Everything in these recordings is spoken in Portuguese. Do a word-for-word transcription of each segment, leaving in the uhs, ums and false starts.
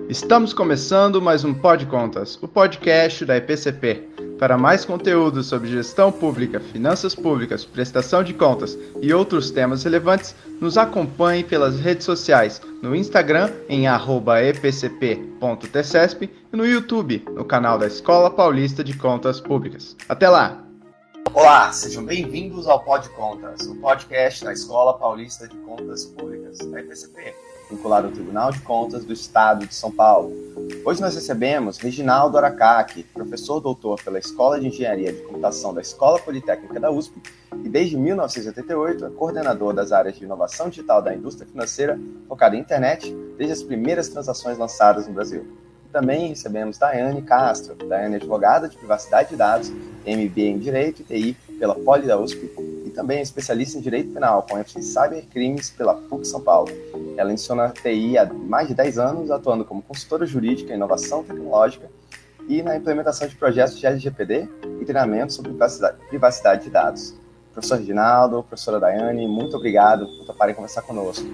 Estamos começando mais um Pod Contas, o podcast da E P C P. Para mais conteúdo sobre gestão pública, finanças públicas, prestação de contas e outros temas relevantes, nos acompanhe pelas redes sociais, no Instagram em arroba e p c p ponto t c e s p e no YouTube, no canal da Escola Paulista de Contas Públicas. Até lá! Olá, sejam bem-vindos ao Pod Contas, o podcast da Escola Paulista de Contas Públicas, da E P C P, vinculado ao Tribunal de Contas do Estado de São Paulo. Hoje nós recebemos Reginaldo Aracaki, professor doutor pela Escola de Engenharia de Computação da Escola Politécnica da U S P e desde mil novecentos e oitenta e oito é coordenador das áreas de inovação digital da indústria financeira, focada em internet, desde as primeiras transações lançadas no Brasil. E também recebemos Daiane Castro. Daiane é advogada de privacidade de dados, M B A em Direito e T I pela Poli da U S P e também é especialista em Direito Penal, com ênfase em Cybercrimes pela P U C São Paulo. Ela ensina T I há mais de dez anos, atuando como consultora jurídica em inovação tecnológica e na implementação de projetos de L G P D e treinamento sobre privacidade, privacidade de dados. Professor Reginaldo, professora Daiane, muito obrigado por toparem conversar conosco.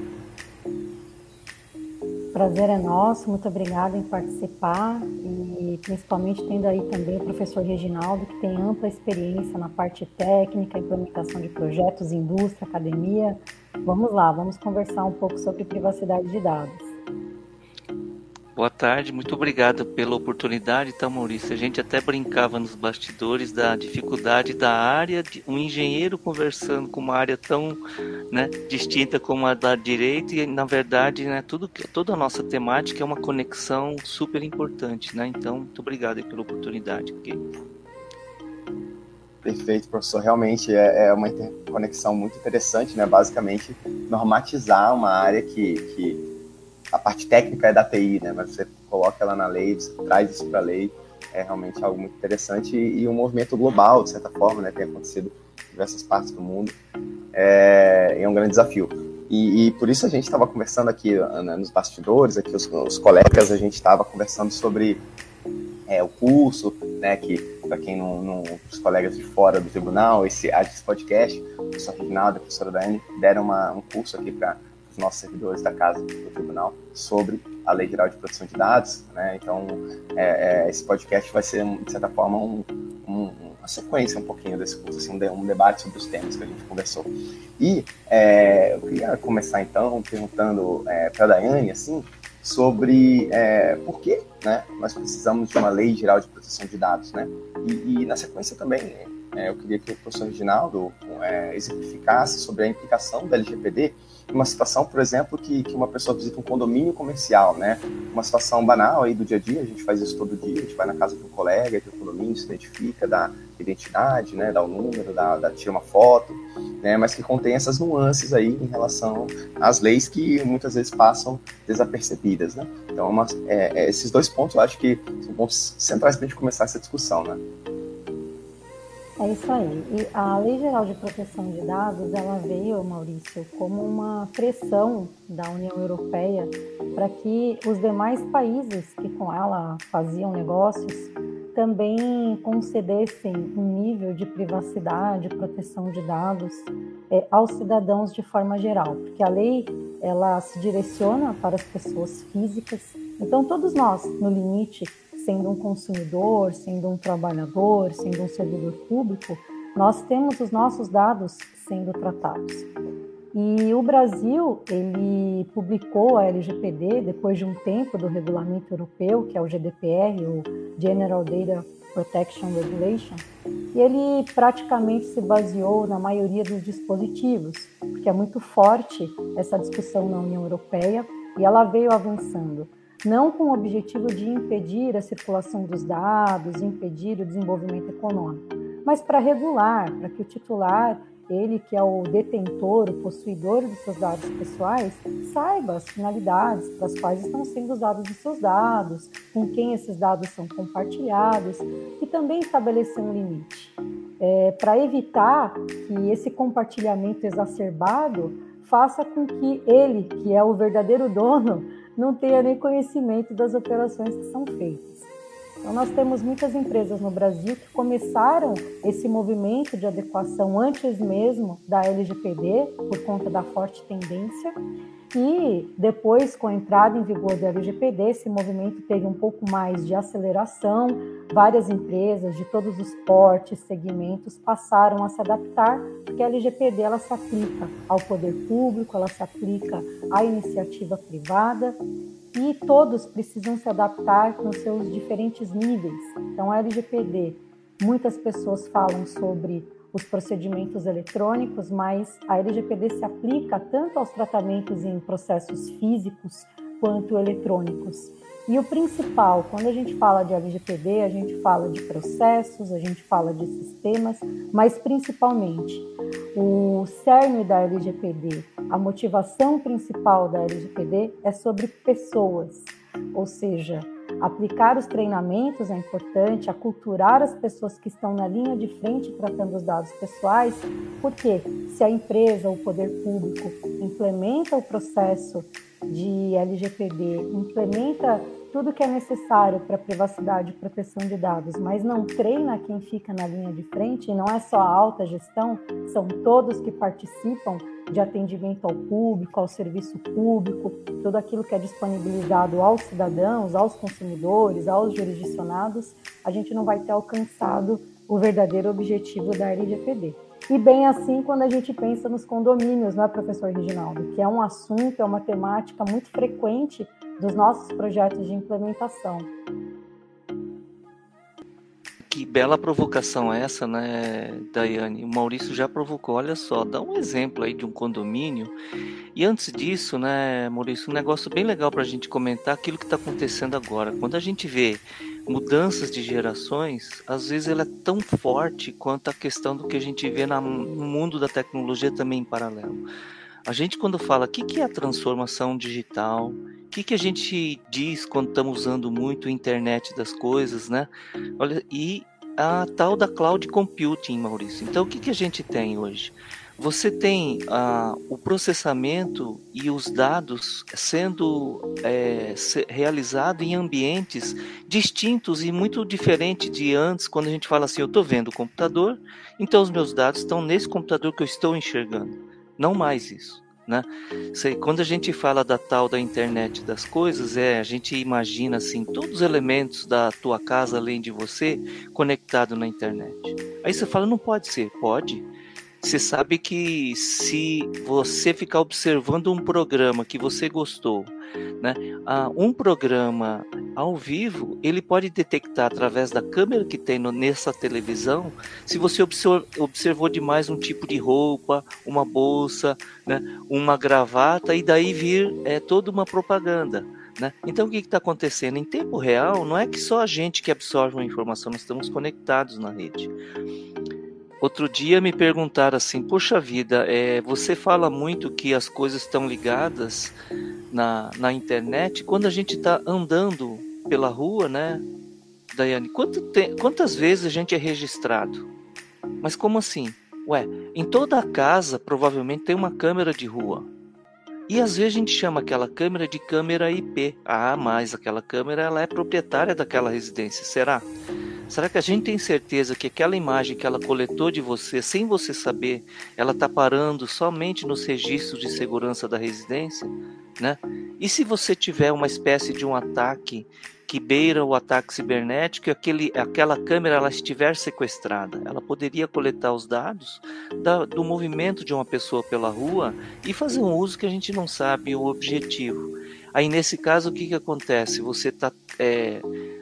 Prazer é nosso, muito obrigada em participar e principalmente tendo aí também o professor Reginaldo, que tem ampla experiência na parte técnica, implementação de projetos, indústria, academia. Vamos lá, vamos conversar um pouco sobre privacidade de dados. Boa tarde, muito obrigado pela oportunidade, então, Maurício. A gente até brincava nos bastidores da dificuldade da área, de um engenheiro conversando com uma área tão, né, distinta como a da direito, e na verdade, né, tudo, toda a nossa temática é uma conexão super importante, né? Então, muito obrigado aí pela oportunidade. Okay? Perfeito, professor. Realmente é, é uma interconexão muito interessante, né? Basicamente, normatizar uma área que... que... a parte técnica é da T I, né? Mas você coloca ela na lei, você traz isso para a lei, é realmente algo muito interessante e, e um movimento global, de certa forma, né? Tem acontecido em diversas partes do mundo, é, é um grande desafio. E, e por isso a gente estava conversando aqui, né, nos bastidores, aqui os, os colegas, a gente estava conversando sobre é, o curso, né? Que para quem não, não, os colegas de fora do tribunal, esse, esse podcast, o professor Reginaldo e a professora Daiane deram uma, um curso aqui para os nossos servidores da casa do tribunal sobre a Lei Geral de Proteção de Dados, né? Então, é, é, esse podcast vai ser, de certa forma, um, um, uma sequência um pouquinho desse curso, assim, um, um debate sobre os temas que a gente conversou. E é, eu queria começar, então, perguntando é, para a Daiane, assim, sobre é, por que, né, nós precisamos de uma Lei Geral de Proteção de Dados, né? E, e na sequência também, é, eu queria que o professor Reginaldo é, exemplificasse sobre a implicação da L G P D uma situação, por exemplo, que, que uma pessoa visita um condomínio comercial, né? Uma situação banal aí do dia a dia, a gente faz isso todo dia, a gente vai na casa de um colega, de um condomínio, se identifica, dá identidade, né? Dá o número, dá, dá, tira uma foto, né? Mas que contém essas nuances aí em relação às leis que muitas vezes passam desapercebidas, né? Então, uma, é, é, esses dois pontos eu acho que são pontos centrais para a gente começar essa discussão, né? É isso aí. E a Lei Geral de Proteção de Dados, ela veio, Maurício, como uma pressão da União Europeia para que os demais países que com ela faziam negócios também concedessem um nível de privacidade, proteção de dados é, aos cidadãos de forma geral, porque a lei ela se direciona para as pessoas físicas. Então, todos nós, no limite, sendo um consumidor, sendo um trabalhador, sendo um servidor público, nós temos os nossos dados sendo tratados. E o Brasil, ele publicou a L G P D depois de um tempo do regulamento europeu, que é o G D P R, o General Data Protection Regulation, e ele praticamente se baseou na maioria dos dispositivos, porque é muito forte essa discussão na União Europeia, e ela veio avançando. Não com o objetivo de impedir a circulação dos dados, impedir o desenvolvimento econômico, mas para regular, para que o titular, ele que é o detentor, o possuidor dos seus dados pessoais, saiba as finalidades para as quais estão sendo usados os seus dados, com quem esses dados são compartilhados e também estabelecer um limite, é, para evitar que esse compartilhamento exacerbado faça com que ele, que é o verdadeiro dono, não tenha nem conhecimento das operações que são feitas. Então, nós temos muitas empresas no Brasil que começaram esse movimento de adequação antes mesmo da L G P D, por conta da forte tendência, E depois, com a entrada em vigor do L G P D, esse movimento teve um pouco mais de aceleração. Várias empresas de todos os portes, segmentos, passaram a se adaptar, porque a L G P D ela se aplica ao poder público, ela se aplica à iniciativa privada, e todos precisam se adaptar nos seus diferentes níveis. Então, a L G P D, muitas pessoas falam sobre os procedimentos eletrônicos, mas a L G P D se aplica tanto aos tratamentos em processos físicos quanto eletrônicos. E o principal, quando a gente fala de L G P D, a gente fala de processos, a gente fala de sistemas, mas principalmente o cerne da L G P D, a motivação principal da L G P D é sobre pessoas, ou seja, aplicar os treinamentos é importante, aculturar as pessoas que estão na linha de frente tratando os dados pessoais, porque se a empresa ou o poder público implementa o processo de L G P D, implementa tudo que é necessário para privacidade e proteção de dados, mas não treina quem fica na linha de frente, e não é só a alta gestão, são todos que participam de atendimento ao público, ao serviço público, tudo aquilo que é disponibilizado aos cidadãos, aos consumidores, aos jurisdicionados, a gente não vai ter alcançado o verdadeiro objetivo da L G P D. E bem assim quando a gente pensa nos condomínios, não é, professor Reginaldo? Que é um assunto, é uma temática muito frequente dos nossos projetos de implementação. Que bela provocação essa, né, Daiane? O Maurício já provocou, olha só, dá um exemplo aí de um condomínio. E antes disso, né, Maurício, um negócio bem legal para a gente comentar aquilo que está acontecendo agora. Quando a gente vê mudanças de gerações, às vezes ela é tão forte quanto a questão do que a gente vê na, no mundo da tecnologia também em paralelo. A gente quando fala o que, que é a transformação digital, o que, que a gente diz quando estamos usando muito a internet das coisas, né? Olha, e a tal da cloud computing, Maurício. Então, o que, que a gente tem hoje? Você tem ah, o processamento e os dados sendo é, se, realizado em ambientes distintos e muito diferentes de antes, quando a gente fala assim, eu estou vendo o computador, então os meus dados estão nesse computador que eu estou enxergando. Não mais isso, né? Quando a gente fala da tal da internet das coisas, é, a gente imagina assim, todos os elementos da tua casa, além de você, conectado na internet. Aí você fala, não pode ser. Pode. Você sabe que se você ficar observando um programa que você gostou, né, ah, um programa ao vivo, ele pode detectar através da câmera que tem no, nessa televisão, se você observ, observou demais um tipo de roupa, uma bolsa, né, uma gravata, e daí vir é, toda uma propaganda. Né? Então o que está acontecendo? Em tempo real, não é que só a gente que absorve uma informação, nós estamos conectados na rede. Outro dia me perguntaram assim, poxa vida, é, você fala muito que as coisas estão ligadas na, na internet, quando a gente está andando pela rua, né, Daiane, quanto te, quantas vezes a gente é registrado? Mas como assim? Ué, em toda a casa provavelmente tem uma câmera de rua. E às vezes a gente chama aquela câmera de câmera I P. Ah, mas aquela câmera ela é proprietária daquela residência, será? Será que a gente tem certeza que aquela imagem que ela coletou de você, sem você saber, ela está parando somente nos registros de segurança da residência? Né? E se você tiver uma espécie de um ataque que beira o ataque cibernético e aquele, aquela câmera ela estiver sequestrada, ela poderia coletar os dados da, do movimento de uma pessoa pela rua e fazer um uso que a gente não sabe o objetivo. Aí nesse caso o que, que acontece? Você está... É,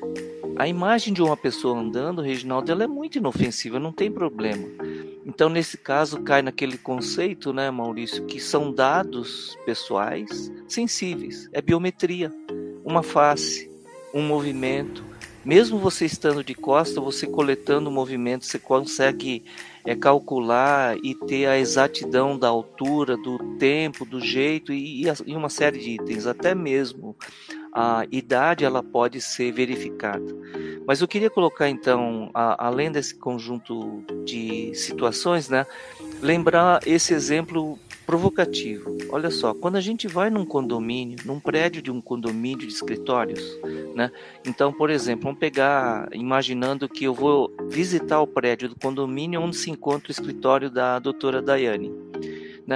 a imagem de uma pessoa andando, Reginaldo, ela é muito inofensiva, não tem problema. Então, nesse caso, cai naquele conceito, né, Maurício, que são dados pessoais sensíveis. É biometria, uma face, um movimento. Mesmo você estando de costa, você coletando o movimento, você consegue é, calcular e ter a exatidão da altura, do tempo, do jeito e, e uma série de itens, até mesmo a idade ela pode ser verificada. Mas eu queria colocar então, a, além desse conjunto de situações, né, lembrar esse exemplo provocativo. Olha só, quando a gente vai num condomínio, num prédio de um condomínio de escritórios, né, então, por exemplo, vamos pegar, imaginando que eu vou visitar o prédio do condomínio onde se encontra o escritório da doutora Daiane, né?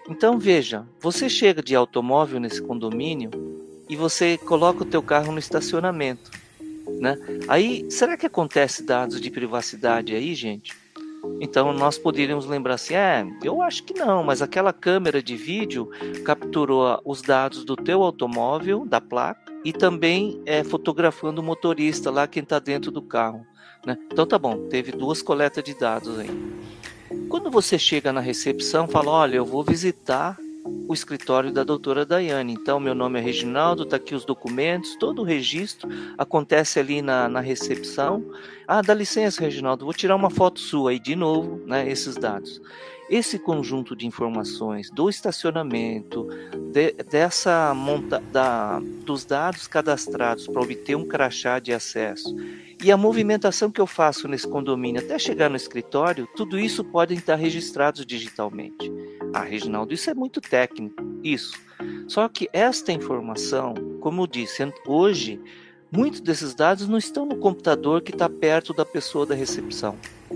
Então veja, você chega de automóvel nesse condomínio e você coloca o teu carro no estacionamento, né? Aí, será que acontece dados de privacidade aí, gente? Então nós poderíamos lembrar assim, é, eu acho que não, mas aquela câmera de vídeo capturou os dados do teu automóvel, da placa, e também é, fotografando o motorista lá, quem está dentro do carro, né? Então tá bom, teve duas coletas de dados aí. Quando você chega na recepção, fala, olha, eu vou visitar o escritório da doutora Daiane, então meu nome é Reginaldo, está aqui os documentos, todo o registro acontece ali na, na recepção. Ah, dá licença, Reginaldo, vou tirar uma foto sua aí de novo, né, esses dados. Esse conjunto de informações do estacionamento, de, dessa monta, da, dos dados cadastrados para obter um crachá de acesso e a movimentação que eu faço nesse condomínio até chegar no escritório, tudo isso pode estar registrado digitalmente. Ah, Reginaldo, isso é muito técnico, isso. Só que esta informação, como eu disse, hoje, muitos desses dados não estão no computador que está perto da pessoa da recepção.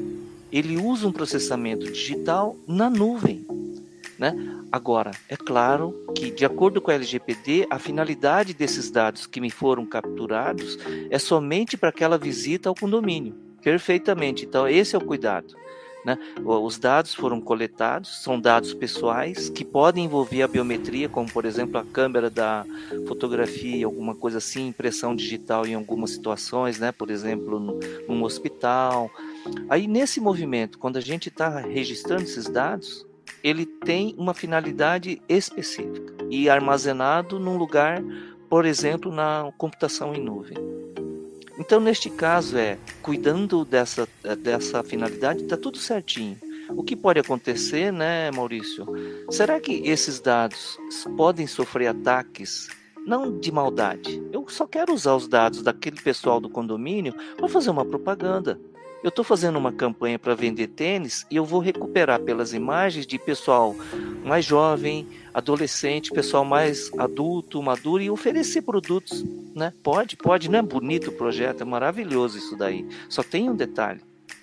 Ele usa um processamento digital na nuvem, né? Agora, é claro que, de acordo com a L G P D, a finalidade desses dados que me foram capturados é somente para aquela visita ao condomínio. Perfeitamente. Então, esse é o cuidado, né? Os dados foram coletados, são dados pessoais que podem envolver a biometria, como, por exemplo, a câmera da fotografia, alguma coisa assim, impressão digital em algumas situações, né? Por exemplo, num hospital. Aí, nesse movimento, quando a gente está registrando esses dados, ele tem uma finalidade específica e armazenado num lugar, por exemplo, na computação em nuvem. Então, neste caso, é cuidando dessa, dessa finalidade, está tudo certinho. O que pode acontecer, né, Maurício? Será que esses dados podem sofrer ataques? Não de maldade. Eu só quero usar os dados daquele pessoal do condomínio para fazer uma propaganda. Eu estou fazendo uma campanha para vender tênis e eu vou recuperar pelas imagens de pessoal mais jovem, adolescente, pessoal mais adulto, maduro e oferecer produtos, né? Pode, pode, não é bonito o projeto, é maravilhoso isso daí. Só tem um detalhe.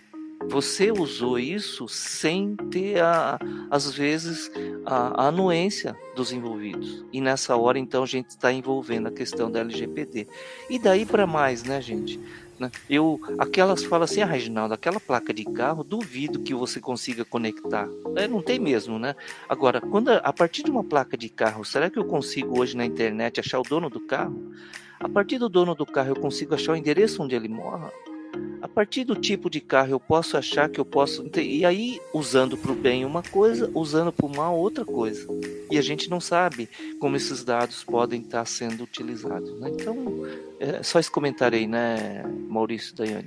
Você usou isso sem ter, a, às vezes, a, a anuência dos envolvidos. E nessa hora, então, a gente está envolvendo a questão da L G P D. E daí para mais, né, gente? Eu, aquelas falam assim, ah, Reginaldo, aquela placa de carro, duvido que você consiga conectar. É, não tem mesmo, né? Agora, quando a, a partir de uma placa de carro, será que eu consigo hoje na internet achar o dono do carro? A partir do dono do carro eu consigo achar o endereço onde ele mora? A partir do tipo de carro eu posso achar que eu posso... E aí, usando para o bem uma coisa, usando para o mal outra coisa. E a gente não sabe como esses dados podem estar sendo utilizados, né? Então, é só esse comentário aí, né, Maurício, Daiane?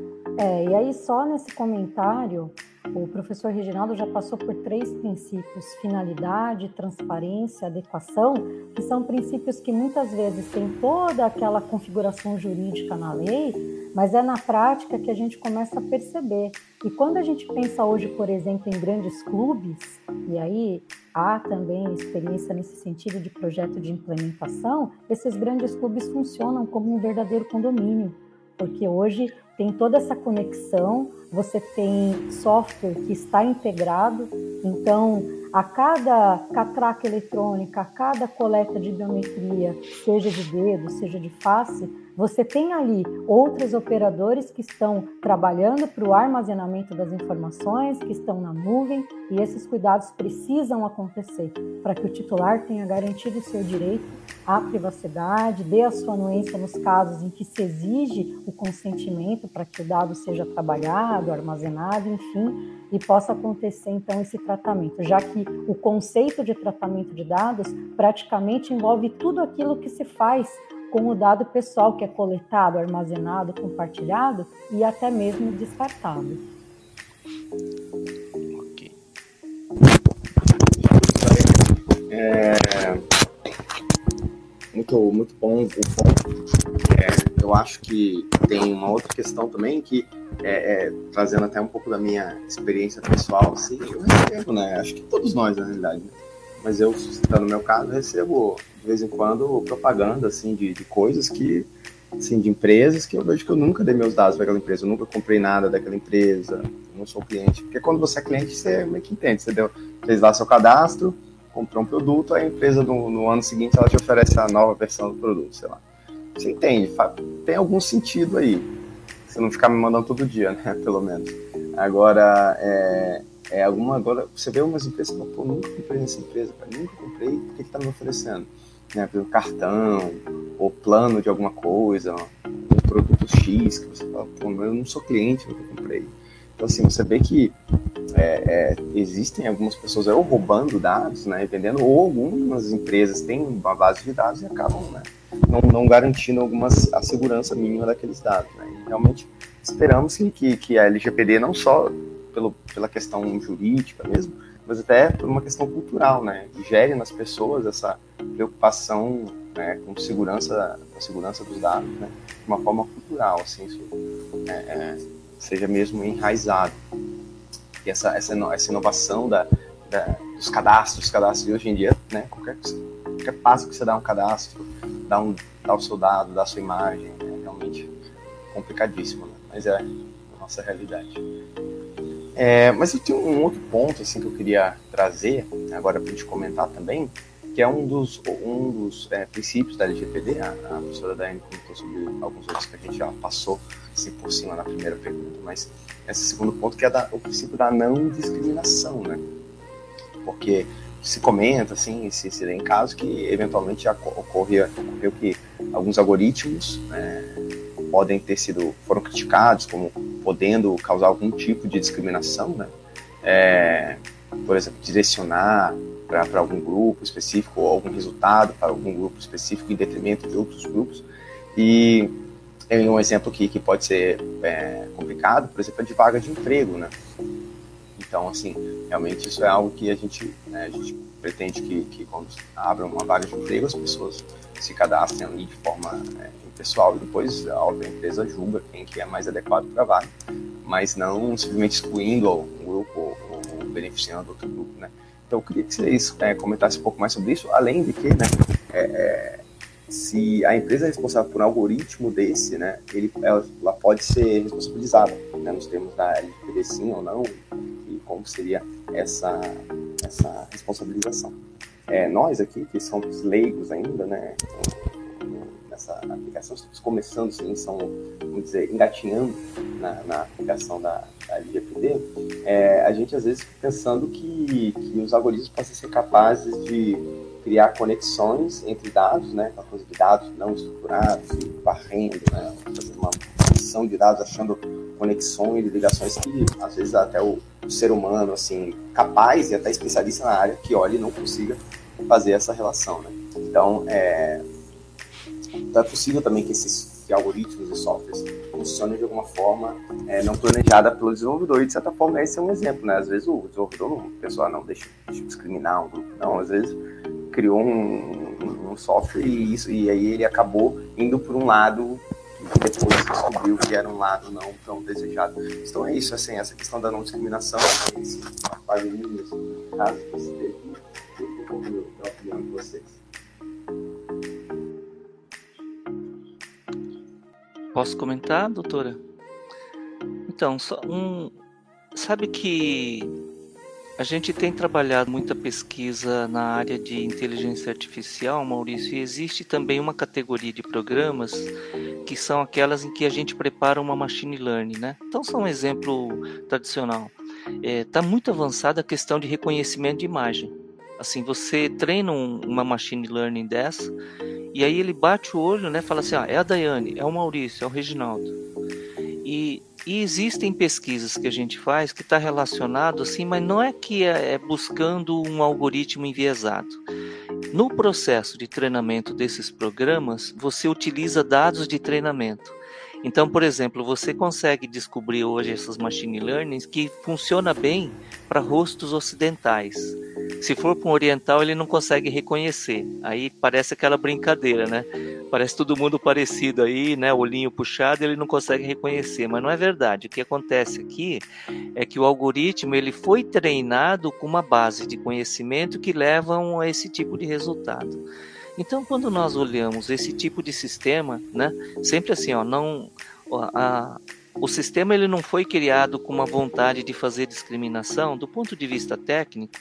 É, e aí só nesse comentário, o professor Reginaldo já passou por três princípios: finalidade, transparência, adequação, que são princípios que muitas vezes têm toda aquela configuração jurídica na lei, mas é na prática que a gente começa a perceber. E quando a gente pensa hoje, por exemplo, em grandes clubes, e aí há também experiência nesse sentido de projeto de implementação, esses grandes clubes funcionam como um verdadeiro condomínio, porque hoje tem toda essa conexão, você tem software que está integrado, então a cada catraca eletrônica, a cada coleta de biometria, seja de dedo, seja de face, você tem ali outros operadores que estão trabalhando para o armazenamento das informações, que estão na nuvem, e esses cuidados precisam acontecer para que o titular tenha garantido o seu direito à privacidade, dê a sua anuência nos casos em que se exige o consentimento para que o dado seja trabalhado, armazenado, enfim, e possa acontecer então esse tratamento, já que o conceito de tratamento de dados praticamente envolve tudo aquilo que se faz com o dado pessoal que é coletado, armazenado, compartilhado e até mesmo descartado. Ok. É, muito, muito bom o ponto. É, eu acho que tem uma outra questão também que, é, é, trazendo até um pouco da minha experiência pessoal, assim, eu recebo, né? Acho que todos nós, na realidade, né? Mas eu, no meu caso, recebo de vez em quando propaganda assim, de, de coisas que, assim, de empresas que eu vejo que eu nunca dei meus dados para aquela empresa, eu nunca comprei nada daquela empresa, eu não sou cliente. Porque quando você é cliente, você meio que entende, você deu, fez lá seu cadastro, comprou um produto, a empresa no, no ano seguinte ela te oferece a nova versão do produto, sei lá. Você entende? Tem algum sentido aí. Você não ficar me mandando todo dia, né? Pelo menos. Agora, é, é alguma. Agora, você vê umas empresas que falam, pô, nunca comprei nessa empresa, cara, nunca comprei, por que está me oferecendo? Né? Por cartão, ou plano de alguma coisa, um produto X, que você fala, pô, eu não sou cliente, nunca comprei. Então, assim, você vê que é, é, existem algumas pessoas ou roubando dados, né, vendendo, ou algumas empresas têm uma base de dados e acabam, né, não, não garantindo algumas, a segurança mínima daqueles dados. Né. E realmente esperamos que, que a L G P D, não só pelo, pela questão jurídica mesmo, mas até por uma questão cultural, né, que gere nas pessoas essa preocupação, né, com segurança, com a segurança dos dados, né, de uma forma cultural, assim, isso, é, é, seja mesmo enraizado. E essa, essa, essa inovação da, da, dos cadastros, os cadastros de hoje em dia, né, qualquer, qualquer passo que você dá um cadastro, dá, um, dá o seu dado, dá a sua imagem, é realmente complicadíssimo, né? Mas é a nossa realidade. É, mas eu tenho um outro ponto assim, que eu queria trazer, agora para a gente comentar também, que é um dos, um dos é, princípios da L G P D. A, a professora Daiane comentou sobre alguns outros que a gente já passou assim, por cima na primeira pergunta, mas esse segundo ponto que é da, o princípio da não discriminação, né? Porque se comenta, assim, se, se tem casos que eventualmente já ocorreu, ocorreu que alguns algoritmos é, podem ter sido, foram criticados como podendo causar algum tipo de discriminação, né? É, por exemplo, direcionar para algum grupo específico ou algum resultado para algum grupo específico em detrimento de outros grupos. E tem um exemplo aqui que pode ser é, complicado, por exemplo, é de vaga de emprego, né? Então, assim, realmente isso é algo que a gente, né, a gente pretende que, que quando abra uma vaga de emprego, as pessoas se cadastrem ali de forma é, pessoal e depois a outra empresa julga quem que é mais adequado para a vaga, mas não simplesmente excluindo um grupo ou, ou beneficiando outro grupo, né? Então, eu queria que vocês é, comentassem um pouco mais sobre isso, além de que, né, é, é, se a empresa é responsável por um algoritmo desse, né, ele, ela, ela pode ser responsabilizada, né, nos termos da L G P D, sim ou não, e como seria essa, essa responsabilização. É, nós aqui, que somos leigos ainda, né, nessa aplicação, estamos começando, sim, são, vamos dizer, engatinhando na, na aplicação da, da L G P D, é, a gente às vezes fica pensando que, que os algoritmos possam ser capazes de criar conexões entre dados, né, com a coisa de dados não estruturados, e varrendo, né, fazendo uma ação de dados, achando conexões e ligações que às vezes até o, o ser humano, assim, capaz e até especialista na área que olhe e não consiga fazer essa relação, né. Então, é, então é possível também que esses que algoritmos e softwares funcionem de alguma forma é, não planejada pelo desenvolvedor, e de certa forma esse é um exemplo, né? Às vezes o desenvolvedor não pensou, ah, não, deixa, deixa eu discriminar um grupo, não, às vezes criou um, um, um software e, isso, e aí ele acabou indo por um lado que depois descobriu que era um lado não tão desejado. Então é isso, assim, essa questão da não discriminação, é isso, uma parte minha, assim, caso você teve, eu confio na opinião de vocês. Posso comentar, doutora? Então, só um, sabe que a gente tem trabalhado muita pesquisa na área de inteligência artificial, Maurício, e existe também uma categoria de programas que são aquelas em que a gente prepara uma machine learning, né? Então, só um exemplo tradicional. Está é, muito avançada a questão de reconhecimento de imagem. Assim, você treina um, uma machine learning dessa, e aí ele bate o olho, né, fala assim, ah, é a Daiane, é o Maurício, é o Reginaldo. E, e existem pesquisas que a gente faz que está relacionado assim, mas não é que é, é buscando um algoritmo enviesado. No processo de treinamento desses programas, você utiliza dados de treinamento. Então, por exemplo, você consegue descobrir hoje essas machine learnings que funciona bem para rostos ocidentais. Se for para um oriental, ele não consegue reconhecer. Aí parece aquela brincadeira, né? Parece todo mundo parecido aí, né? Olhinho puxado, ele não consegue reconhecer. Mas não é verdade. O que acontece aqui é que o algoritmo ele foi treinado com uma base de conhecimento que levam a esse tipo de resultado. Então, quando nós olhamos esse tipo de sistema, né? Sempre assim, ó, não... A, o sistema ele não foi criado com uma vontade de fazer discriminação do ponto de vista técnico.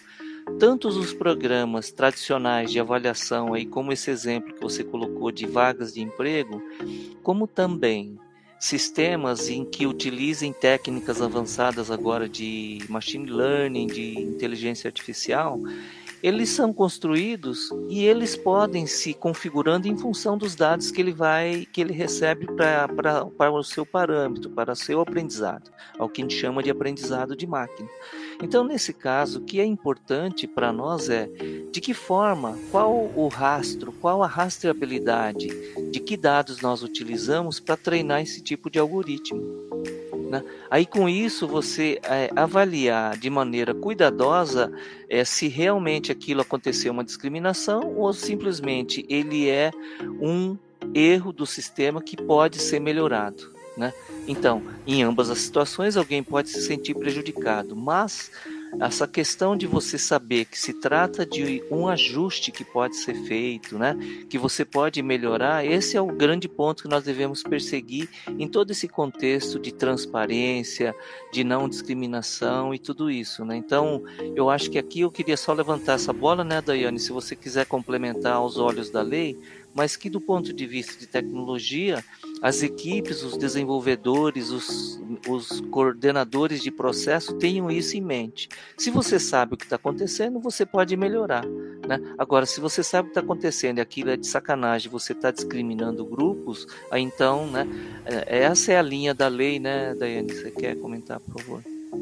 tantos os programas tradicionais de avaliação, aí, como esse exemplo que você colocou de vagas de emprego, como também sistemas em que utilizem técnicas avançadas agora de machine learning, de inteligência artificial, eles são construídos e eles podem se configurando em função dos dados que ele vai, que ele recebe pra, pra, para o seu parâmetro, para o seu aprendizado, ao que a gente chama de aprendizado de máquina. Então, nesse caso, o que é importante para nós é de que forma, qual o rastro, qual a rastreabilidade, de que dados nós utilizamos para treinar esse tipo de algoritmo. Né? Aí com isso você é, avaliar de maneira cuidadosa é, se realmente aquilo aconteceu uma discriminação ou simplesmente ele é um erro do sistema que pode ser melhorado. Né? Então, em ambas as situações alguém pode se sentir prejudicado, mas essa questão de você saber que se trata de um ajuste que pode ser feito, né? Que você pode melhorar, esse é o grande ponto que nós devemos perseguir em todo esse contexto de transparência, de não discriminação e tudo isso, né? Então, eu acho que aqui eu queria só levantar essa bola, né, Daiane, se você quiser complementar aos olhos da lei, mas que do ponto de vista de tecnologia, as equipes, os desenvolvedores, os, os coordenadores de processo tenham isso em mente. Se você sabe o que está acontecendo, você pode melhorar. Né? Agora, se você sabe o que está acontecendo e aquilo é de sacanagem, você está discriminando grupos, aí então, né, essa é a linha da lei, né, Daiane? Você quer comentar, por favor?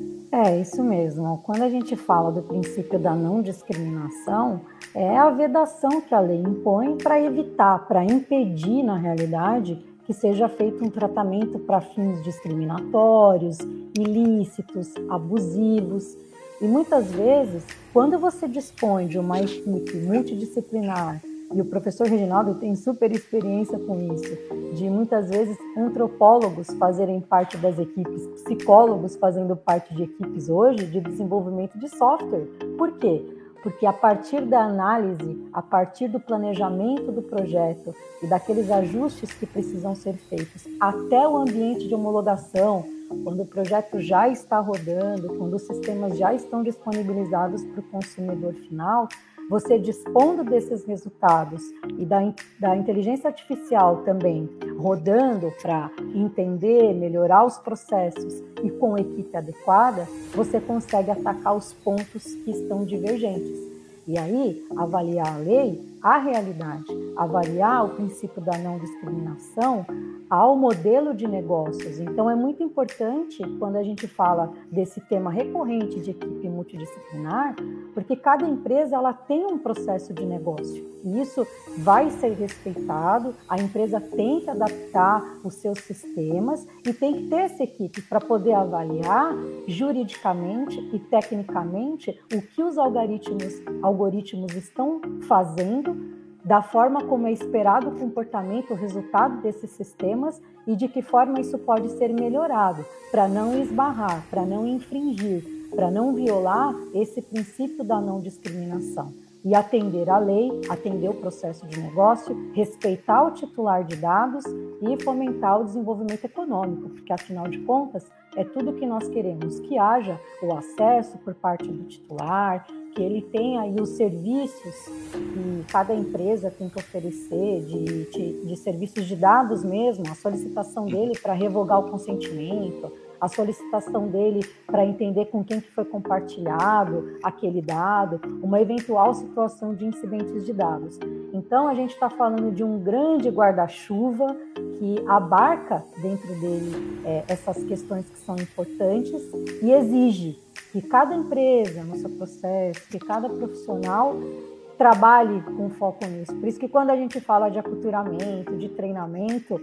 É, isso mesmo. Quando a gente fala do princípio da não discriminação, é a vedação que a lei impõe para evitar, para impedir, na realidade, que seja feito um tratamento para fins discriminatórios, ilícitos, abusivos. E muitas vezes, quando você dispõe de uma equipe multidisciplinar, e o professor Reginaldo tem super experiência com isso, de muitas vezes antropólogos fazerem parte das equipes, psicólogos fazendo parte de equipes hoje de desenvolvimento de software. Por quê? Porque a partir da análise, a partir do planejamento do projeto e daqueles ajustes que precisam ser feitos até o ambiente de homologação, quando o projeto já está rodando, quando os sistemas já estão disponibilizados para o consumidor final, você dispondo desses resultados e da, da inteligência artificial também rodando para entender, melhorar os processos e com equipe adequada, você consegue atacar os pontos que estão divergentes. E aí, avaliar a lei, a realidade, avaliar o princípio da não discriminação ao modelo de negócios. Então, é muito importante quando a gente fala desse tema recorrente de equipe multidisciplinar, porque cada empresa ela tem um processo de negócio. E isso vai ser respeitado, a empresa tem que adaptar os seus sistemas e tem que ter essa equipe para poder avaliar juridicamente e tecnicamente o que os algoritmos, algoritmos estão fazendo, da forma como é esperado o comportamento, o resultado desses sistemas e de que forma isso pode ser melhorado, para não esbarrar, para não infringir, para não violar esse princípio da não discriminação. E atender a lei, atender o processo de negócio, respeitar o titular de dados e fomentar o desenvolvimento econômico, porque, afinal de contas, é tudo que nós queremos, que haja o acesso por parte do titular, que ele tenha aí os serviços que cada empresa tem que oferecer, de, de, de serviços de dados mesmo, a solicitação dele para revogar o consentimento, a solicitação dele para entender com quem que foi compartilhado aquele dado, uma eventual situação de incidentes de dados. Então, a gente está falando de um grande guarda-chuva que abarca dentro dele é, essas questões que são importantes e exige que cada empresa no seu processo, que cada profissional trabalhe com foco nisso. Por isso que quando a gente fala de aculturamento, de treinamento,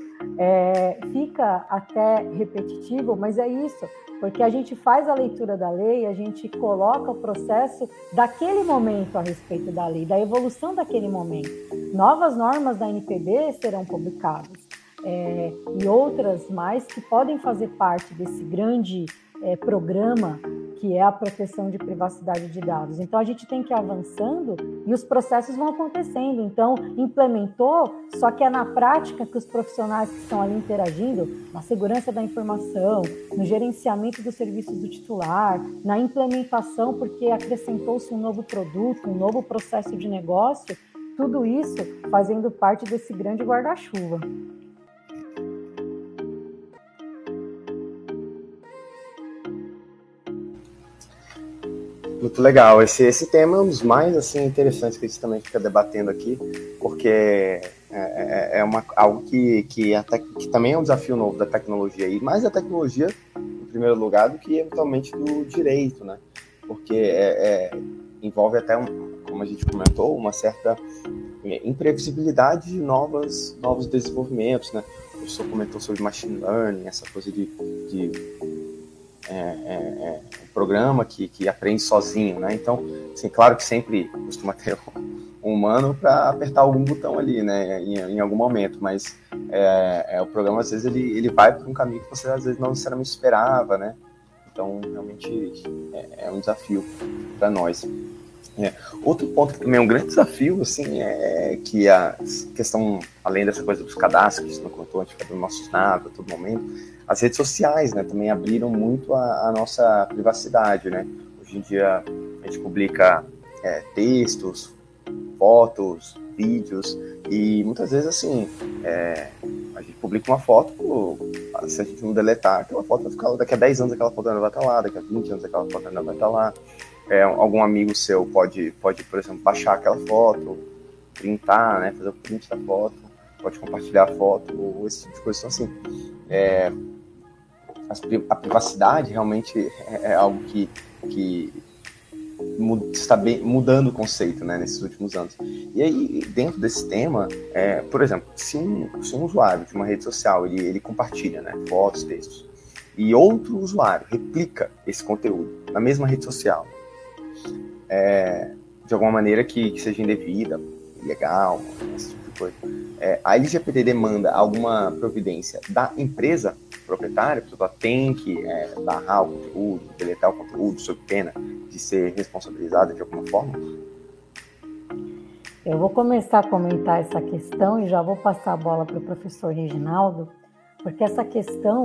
é, fica até repetitivo, mas é isso, porque a gente faz a leitura da lei, a gente coloca o processo daquele momento a respeito da lei, da evolução daquele momento. Novas normas da N P D serão publicadas, é, e outras mais que podem fazer parte desse grande é, programa que é a proteção de privacidade de dados. Então, a gente tem que ir avançando e os processos vão acontecendo. Então, implementou, só que é na prática que os profissionais que estão ali interagindo, na segurança da informação, no gerenciamento dos serviços do titular, na implementação, porque acrescentou-se um novo produto, um novo processo de negócio, tudo isso fazendo parte desse grande guarda-chuva. Muito legal. Esse, esse tema é um dos mais assim, interessantes que a gente também fica debatendo aqui, porque é, é, é uma, algo que, que, até, que também é um desafio novo da tecnologia, e mais da tecnologia, em primeiro lugar, do que eventualmente do direito, né? Porque é, é, envolve até, um, como a gente comentou, uma certa imprevisibilidade de novas, novos desenvolvimentos, né? O professor comentou sobre machine learning, essa coisa de... de É, é, é um programa que, que aprende sozinho, né? Então, assim, claro que sempre costuma ter um humano para apertar algum botão ali, né? Em, em algum momento, mas é, é, o programa, às vezes, ele, ele vai por um caminho que você, às vezes, não necessariamente esperava, né? Então, realmente, é, é um desafio para nós. É. Outro ponto que também é um grande desafio, assim, é que a questão, além dessa coisa dos cadastros, que a gente não contou, a gente fica dando nossos dados a todo momento, as redes sociais, né, também abriram muito a, a nossa privacidade, né? Hoje em dia a gente publica é, textos, fotos, vídeos, e muitas vezes, assim, é, a gente publica uma foto, se a gente não deletar, aquela foto vai ficar, daqui a dez anos aquela foto ainda vai estar lá, daqui a vinte anos aquela foto ainda vai estar lá. É, algum amigo seu pode, pode, por exemplo, baixar aquela foto, printar, né, fazer o print da foto, pode compartilhar a foto, ou esse tipo de coisa. Então, assim, é, a privacidade realmente é, é algo que, que está bem, mudando o conceito, né, nesses últimos anos. E aí, dentro desse tema, é, por exemplo, se um, se um usuário de uma rede social, ele, ele compartilha, né, fotos, textos, e outro usuário replica esse conteúdo na mesma rede social, É, de alguma maneira que, que seja indevida, ilegal, esse tipo de coisa. É, a L G P D demanda alguma providência da empresa proprietária, porque ela tem que é, barrar o conteúdo, deletar o conteúdo, sob pena de ser responsabilizada de alguma forma? Eu vou começar a comentar essa questão e já vou passar a bola para o professor Reginaldo, porque essa questão,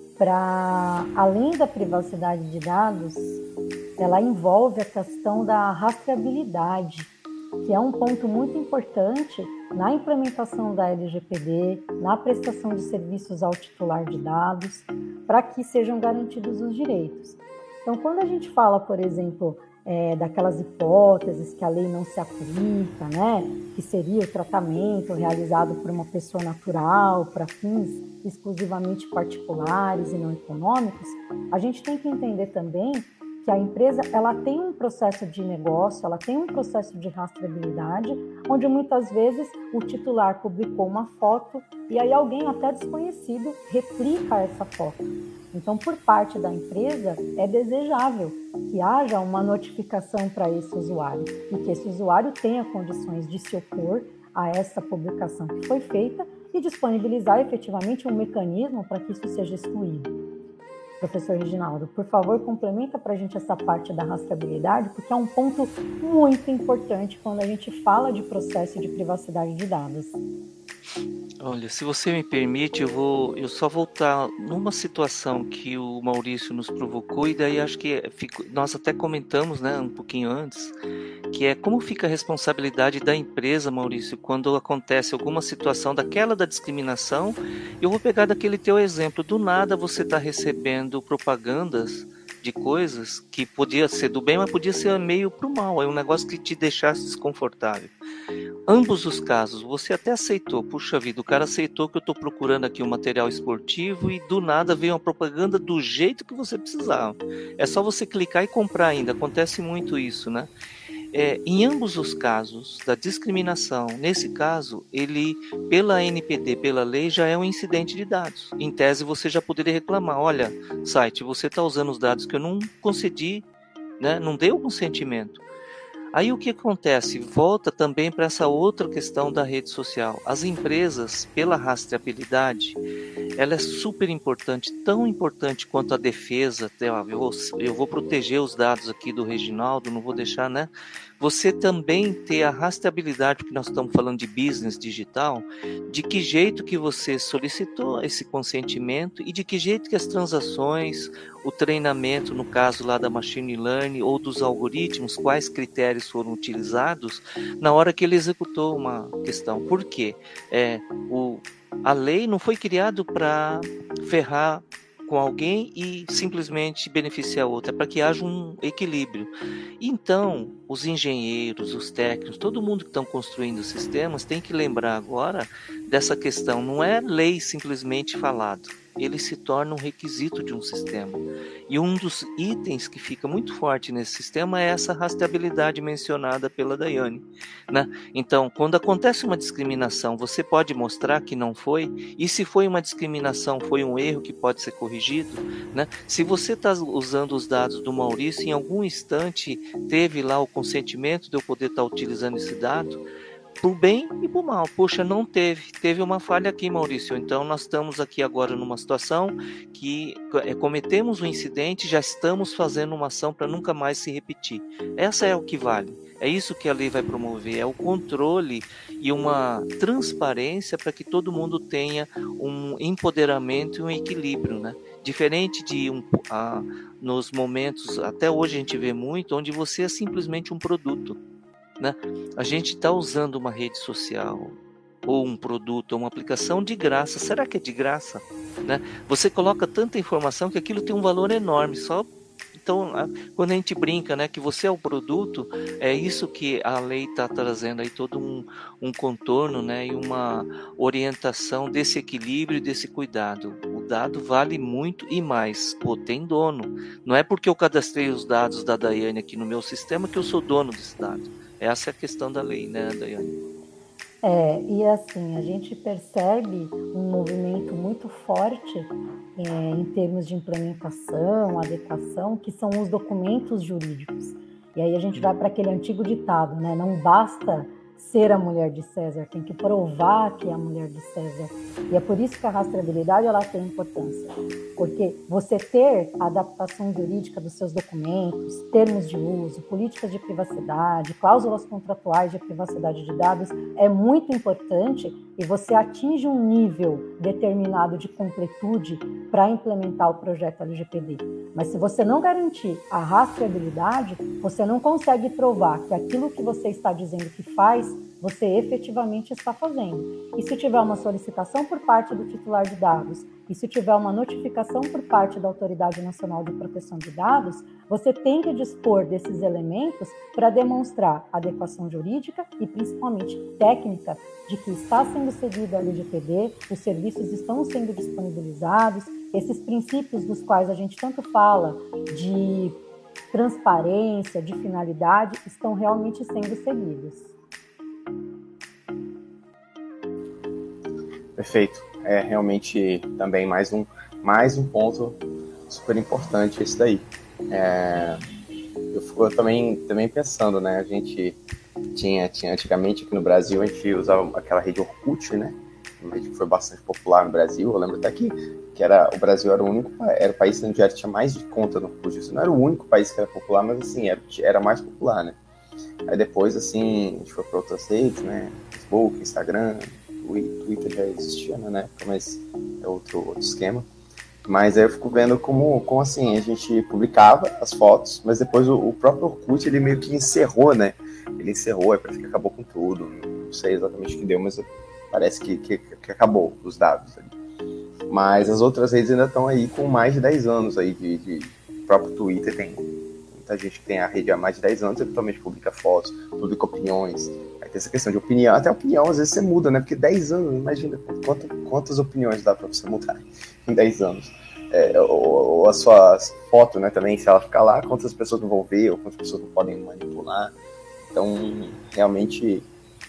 para além da privacidade de dados, ela envolve a questão da rastreabilidade, que é um ponto muito importante na implementação da L G P D, na prestação de serviços ao titular de dados, para que sejam garantidos os direitos. Então, quando a gente fala, por exemplo, é, daquelas hipóteses que a lei não se aplica, né, que seria o tratamento realizado por uma pessoa natural para fins exclusivamente particulares e não econômicos, a gente tem que entender também que a empresa ela tem um processo de negócio, ela tem um processo de rastreabilidade, onde muitas vezes o titular publicou uma foto e aí alguém até desconhecido replica essa foto. Então, por parte da empresa, é desejável que haja uma notificação para esse usuário e que esse usuário tenha condições de se opor a essa publicação que foi feita e disponibilizar efetivamente um mecanismo para que isso seja excluído. Professor Reginaldo, por favor, complementa para a gente essa parte da rastreabilidade, porque é um ponto muito importante quando a gente fala de processo de privacidade de dados. Olha, se você me permite, eu vou, eu só voltar numa situação que o Maurício nos provocou e daí acho que fico, nós até comentamos, né, um pouquinho antes, que é como fica a responsabilidade da empresa, Maurício, quando acontece alguma situação daquela da discriminação. Eu vou pegar daquele teu exemplo, do nada você está recebendo propagandas de coisas que podia ser do bem, mas podia ser meio pro mal, é um negócio que te deixasse desconfortável. Ambos os casos, você até aceitou, puxa vida, o cara aceitou que eu estou procurando aqui um material esportivo e do nada veio uma propaganda do jeito que você precisava. É só você clicar e comprar ainda, acontece muito isso, né? É, em ambos os casos da discriminação, nesse caso, ele, pela N P D, pela lei, já é um incidente de dados. Em tese, você já poderia reclamar, olha, site, você está usando os dados que eu não concedi, né, não dei o consentimento. Aí o que acontece? Volta também para essa outra questão da rede social. As empresas, pela rastreabilidade, ela é super importante, tão importante quanto a defesa. Eu vou, eu vou proteger os dados aqui do Reginaldo, não vou deixar, né? Você também ter a rastreabilidade, porque nós estamos falando de business digital, de que jeito que você solicitou esse consentimento e de que jeito que as transações, o treinamento, no caso lá da machine learning ou dos algoritmos, quais critérios foram utilizados na hora que ele executou uma questão. Por quê? É, o, a lei não foi criada para ferrar com alguém e simplesmente beneficiar outro, é para que haja um equilíbrio. Então, os engenheiros, os técnicos, todo mundo que estão construindo sistemas tem que lembrar agora dessa questão. Não é lei simplesmente falado, ele se torna um requisito de um sistema. E um dos itens que fica muito forte nesse sistema é essa rastreabilidade mencionada pela Daiane, né? Então, quando acontece uma discriminação, você pode mostrar que não foi, e se foi uma discriminação, foi um erro que pode ser corrigido, né? Se você está usando os dados do Maurício, em algum instante teve lá o consentimento de eu poder estar utilizando esse dado, por bem e por mal. Poxa, não teve, teve uma falha aqui, Maurício. Então nós estamos aqui agora numa situação que é, cometemos um incidente, já estamos fazendo uma ação para nunca mais se repetir. Essa é o que vale. É isso que a lei vai promover, é o controle e uma transparência para que todo mundo tenha um empoderamento e um equilíbrio, né? Diferente de um, a, nos momentos, até hoje a gente vê muito, onde você é simplesmente um produto, né? A gente está usando uma rede social ou um produto ou uma aplicação de graça. Será que é de graça? Né? Você coloca tanta informação que aquilo tem um valor enorme. Só então, quando a gente brinca, né, que você é o produto, é isso que a lei está trazendo aí, todo um, um contorno, né, e uma orientação desse equilíbrio e desse cuidado. O dado vale muito e mais. Pô, tem dono. Não é porque eu cadastrei os dados da Daiane aqui no meu sistema que eu sou dono desse dado. Essa é a questão da lei, né, Daiane? É, e assim, a gente percebe um movimento muito forte é, em termos de implementação, adequação, que são os documentos jurídicos. E aí a gente vai para aquele antigo ditado, né? Não basta ser a mulher de César, tem que provar que é a mulher de César. E é por isso que a rastreabilidade ela tem importância, porque você ter a adaptação jurídica dos seus documentos, termos de uso, políticas de privacidade, cláusulas contratuais de privacidade de dados é muito importante e você atinge um nível determinado de completude para implementar o projeto L G P D. Mas se você não garantir a rastreabilidade, você não consegue provar que aquilo que você está dizendo que faz, você efetivamente está fazendo. E se tiver uma solicitação por parte do titular de dados, e se tiver uma notificação por parte da Autoridade Nacional de Proteção de Dados, você tem que dispor desses elementos para demonstrar adequação jurídica e principalmente técnica de que está sendo seguida a L G P D, os serviços estão sendo disponibilizados, esses princípios dos quais a gente tanto fala de transparência, de finalidade, estão realmente sendo seguidos. Perfeito. É realmente também mais um, mais um ponto super importante esse daí. É, eu fico também, também pensando, né? A gente tinha, tinha antigamente aqui no Brasil, a gente usava aquela rede Orkut, né? Uma rede que foi bastante popular no Brasil. Eu lembro até que, que era, o Brasil era o único era o país onde tinha mais de conta no Orkut. Isso não era o único país que era popular, mas assim, era, era mais popular, né? Aí depois, assim, a gente foi para outras redes, né? Facebook, Instagram, Twitter já existia, né, na época, mas é outro, outro esquema. Mas aí eu fico vendo como, como assim, a gente publicava as fotos, mas depois o, o próprio Orkut, ele meio que encerrou, né? Ele encerrou, parece que acabou com tudo. Não sei exatamente o que deu, mas parece que, que, que acabou os dados ali. Mas as outras redes ainda estão aí com mais de dez anos aí de, de... O próprio Twitter tem muita gente que tem a rede há mais de dez anos, eventualmente publica fotos, publica opiniões. Aí tem essa questão de opinião, até opinião às vezes você muda, né? Porque dez anos, imagina quanto, quantas opiniões dá para você mudar em dez anos. É, ou, ou a sua foto, né, também, se ela ficar lá, quantas pessoas não vão ver, ou quantas pessoas não podem manipular. Então, realmente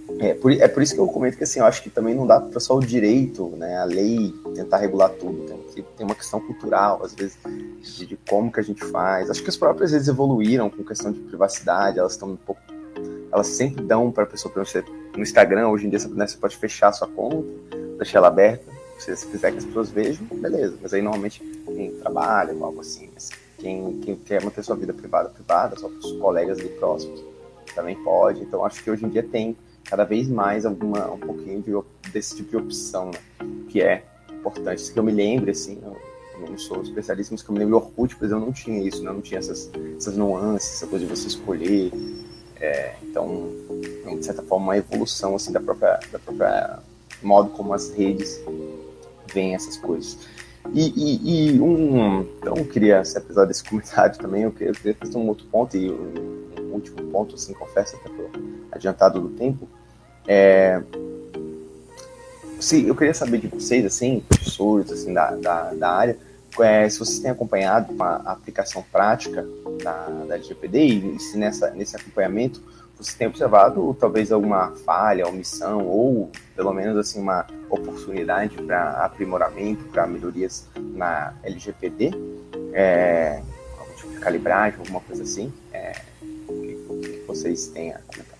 É por, é por isso que eu comento que assim, eu acho que também não dá para só o direito, né, a lei tentar regular tudo, tem, que, tem uma questão cultural, às vezes, de, de como que a gente faz. Acho que as próprias redes evoluíram com questão de privacidade, elas estão um pouco, elas sempre dão para a pessoa, para você, no Instagram, hoje em dia, né, você pode fechar a sua conta, deixar ela aberta, se você quiser que as pessoas vejam, beleza, mas aí normalmente quem trabalha ou algo assim, mas quem, quem quer manter sua vida privada, privada, só para os colegas ali próximos, também pode. Então acho que hoje em dia tem cada vez mais alguma, um pouquinho de, desse tipo de opção, né? Que é importante. Se que eu me lembre, assim, eu também não sou especialista, mas que eu me lembro do Orkut, pois eu não tinha isso, né? Eu não tinha essas, essas nuances, essa coisa de você escolher. É, então, de certa forma, uma evolução assim, da própria, da própria modo como as redes veem essas coisas. E, e, e um, então eu queria, apesar desse comentário também, eu queria, eu queria fazer um outro ponto, e um, um último ponto, assim, confesso, até por adiantado do tempo. É, se, eu queria saber de vocês, assim, professores assim, da, da, da área, é, se vocês têm acompanhado a aplicação prática da, da L G P D e se nessa, nesse acompanhamento você tem observado talvez alguma falha, omissão ou pelo menos assim, uma oportunidade para aprimoramento, para melhorias na L G P D, é, algum tipo de calibragem, alguma coisa assim, é, o que, o que vocês têm a comentar?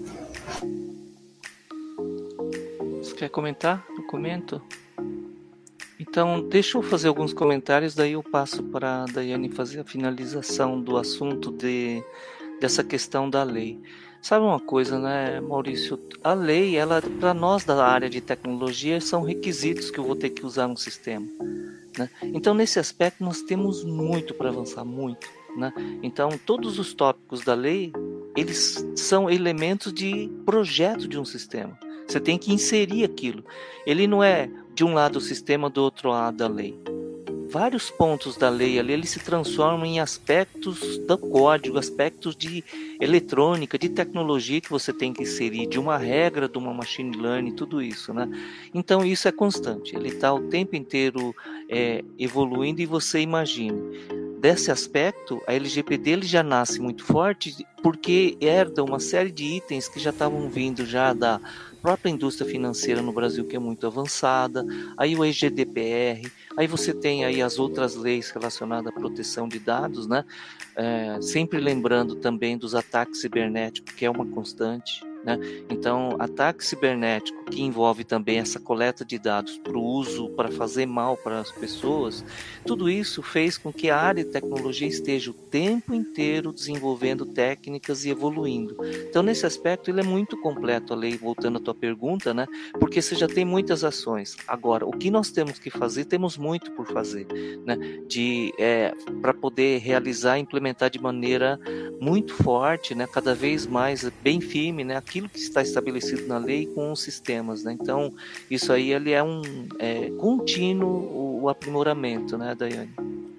Você quer comentar? Eu comento. Então, deixa eu fazer alguns comentários, daí eu passo para a Daiane fazer a finalização do assunto de, dessa questão da lei. Sabe uma coisa, né, Maurício? A lei, ela, para nós da área de tecnologia, são requisitos que eu vou ter que usar no sistema, né? Então, nesse aspecto, nós temos muito para avançar, muito, né? Então, todos os tópicos da lei, eles são elementos de projeto de um sistema. Você tem que inserir aquilo. Ele não é de um lado o sistema, do outro lado a lei. Vários pontos da lei ali, eles se transformam em aspectos do código, aspectos de eletrônica, de tecnologia que você tem que inserir, de uma regra, de uma machine learning, tudo isso, né? Então isso é constante, ele está o tempo inteiro é, evoluindo, e você imagine. Desse aspecto, a L G P D ele já nasce muito forte porque herda uma série de itens que já estavam vindo já da própria indústria financeira no Brasil, que é muito avançada, aí o E G D P R, aí você tem aí as outras leis relacionadas à proteção de dados, né? É, sempre lembrando também dos ataques cibernéticos, que é uma constante, né? Então, ataque cibernético que envolve também essa coleta de dados para o uso, para fazer mal para as pessoas, tudo isso fez com que a área de tecnologia esteja o tempo inteiro desenvolvendo técnicas e evoluindo. Então, nesse aspecto, ele é muito completo, a lei, voltando à tua pergunta, né? Porque você já tem muitas ações. Agora, o que nós temos que fazer, temos muito por fazer, né? De, é, para poder realizar e implementar de maneira muito forte, né? Cada vez mais bem firme, né? Aquilo que está estabelecido na lei com os sistemas, né? Então, isso aí ele é um é, contínuo o, o aprimoramento, né, Daiane?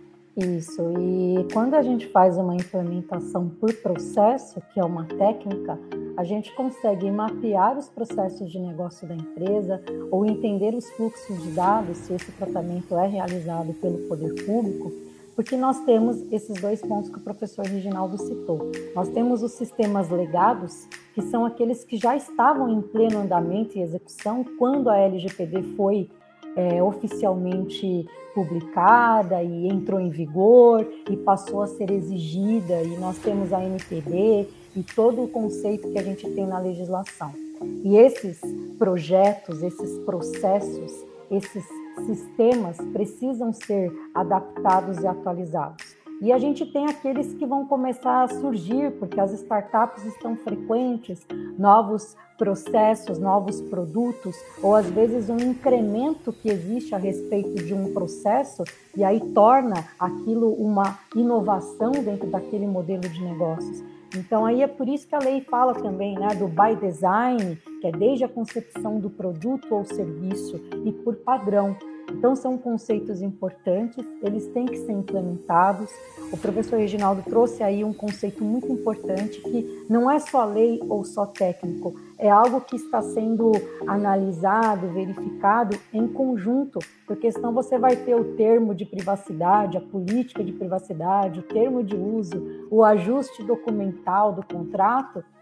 Isso, e quando a gente faz uma implementação por processo, que é uma técnica, a gente consegue mapear os processos de negócio da empresa ou entender os fluxos de dados, se esse tratamento é realizado pelo poder público, porque nós temos esses dois pontos que o professor Reginaldo citou. Nós temos os sistemas legados, que são aqueles que já estavam em pleno andamento e execução quando a L G P D foi é, oficialmente publicada e entrou em vigor e passou a ser exigida, e nós temos a N P D e todo o conceito que a gente tem na legislação. E esses projetos, esses processos, esses sistemas precisam ser adaptados e atualizados. E a gente tem aqueles que vão começar a surgir, porque as startups estão frequentes, novos processos, novos produtos, ou às vezes um incremento que existe a respeito de um processo, e aí torna aquilo uma inovação dentro daquele modelo de negócios. Então, aí é por isso que a lei fala também, né, do by design, que é desde a concepção do produto ou serviço e por padrão. Então, são conceitos importantes, eles têm que ser implementados. O professor Reginaldo trouxe aí um conceito muito importante, que não é só lei ou só técnico, é algo que está sendo analisado, verificado em conjunto, porque senão você vai ter o termo de privacidade, a política de privacidade, o termo de uso, o ajuste documental do contrato,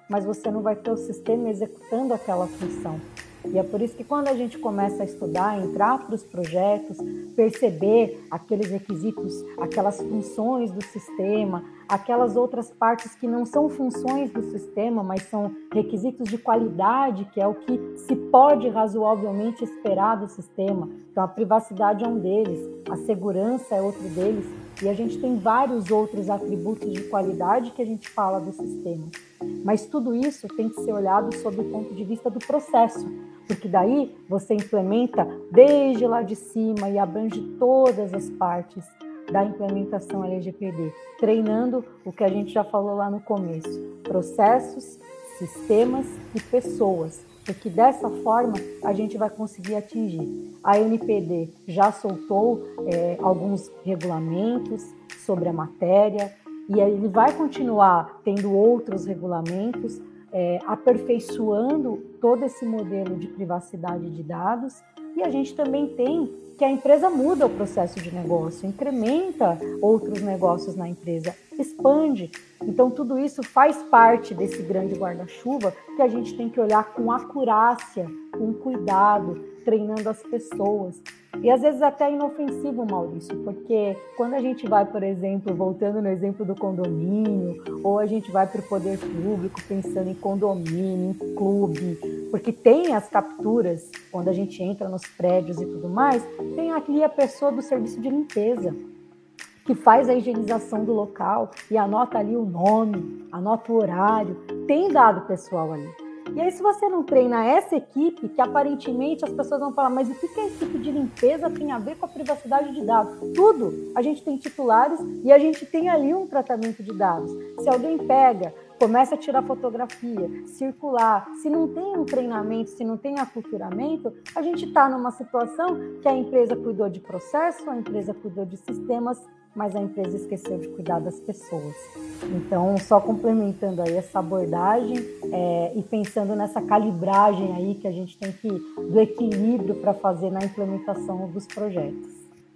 mas você não vai ter o sistema executando aquela função. E é por isso que quando a gente começa a estudar, entrar para os projetos, perceber aqueles requisitos, aquelas funções do sistema, aquelas outras partes que não são funções do sistema, mas são requisitos de qualidade, que é o que se pode razoavelmente esperar do sistema. Então, a privacidade é um deles, a segurança é outro deles, e a gente tem vários outros atributos de qualidade que a gente fala do sistema. Mas tudo isso tem que ser olhado sob o ponto de vista do processo, porque daí você implementa desde lá de cima e abrange todas as partes da implementação L G P D, treinando o que a gente já falou lá no começo, processos, sistemas e pessoas, porque dessa forma a gente vai conseguir atingir. A N P D já soltou é, alguns regulamentos sobre a matéria, e ele vai continuar tendo outros regulamentos, é, aperfeiçoando todo esse modelo de privacidade de dados. E a gente também tem que a empresa muda o processo de negócio, incrementa outros negócios na empresa, expande. Então, tudo isso faz parte desse grande guarda-chuva que a gente tem que olhar com acurácia, com cuidado, treinando as pessoas. E às vezes até é inofensivo, Maurício, porque quando a gente vai, por exemplo, voltando no exemplo do condomínio, ou a gente vai para o poder público pensando em condomínio, em clube, porque tem as capturas, quando a gente entra nos prédios e tudo mais, tem ali a pessoa do serviço de limpeza, que faz a higienização do local e anota ali o nome, anota o horário, tem dado pessoal ali. E aí, se você não treina essa equipe, que aparentemente as pessoas vão falar, mas o que a equipe de limpeza tem a ver com a privacidade de dados? Tudo! A gente tem titulares e a gente tem ali um tratamento de dados. Se alguém pega, começa a tirar fotografia, circular, se não tem um treinamento, se não tem aculturamento, a gente está numa situação que a empresa cuidou de processo, a empresa cuidou de sistemas, mas a empresa esqueceu de cuidar das pessoas. Então, só complementando aí essa abordagem é, e pensando nessa calibragem aí que a gente tem que, do equilíbrio para fazer na implementação dos projetos.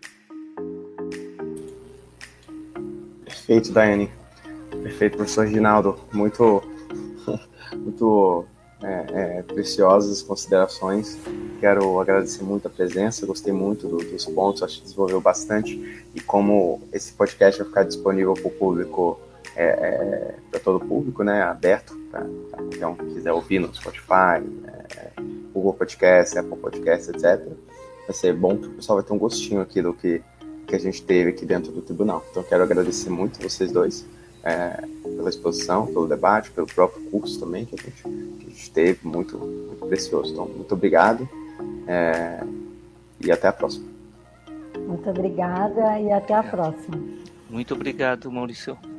Perfeito, Daiane. Perfeito, professor Ginaldo. Muito, muito é, é, preciosas as considerações. Quero agradecer muito a presença, gostei muito do, dos pontos, acho que desenvolveu bastante. E como esse podcast vai ficar disponível para o público, é, é, para todo o público, né, aberto, para qualquer um que quiser ouvir no Spotify, é, Google Podcast, Apple Podcast, etcétera, vai ser bom, porque o pessoal vai ter um gostinho aqui do que, que a gente teve aqui dentro do tribunal. Então, quero agradecer muito vocês dois é, pela exposição, pelo debate, pelo próprio curso também que a gente, que a gente teve, muito, muito precioso. Então, muito obrigado. É, e até a próxima. Muito obrigada e até a próxima. Muito obrigado, Maurício.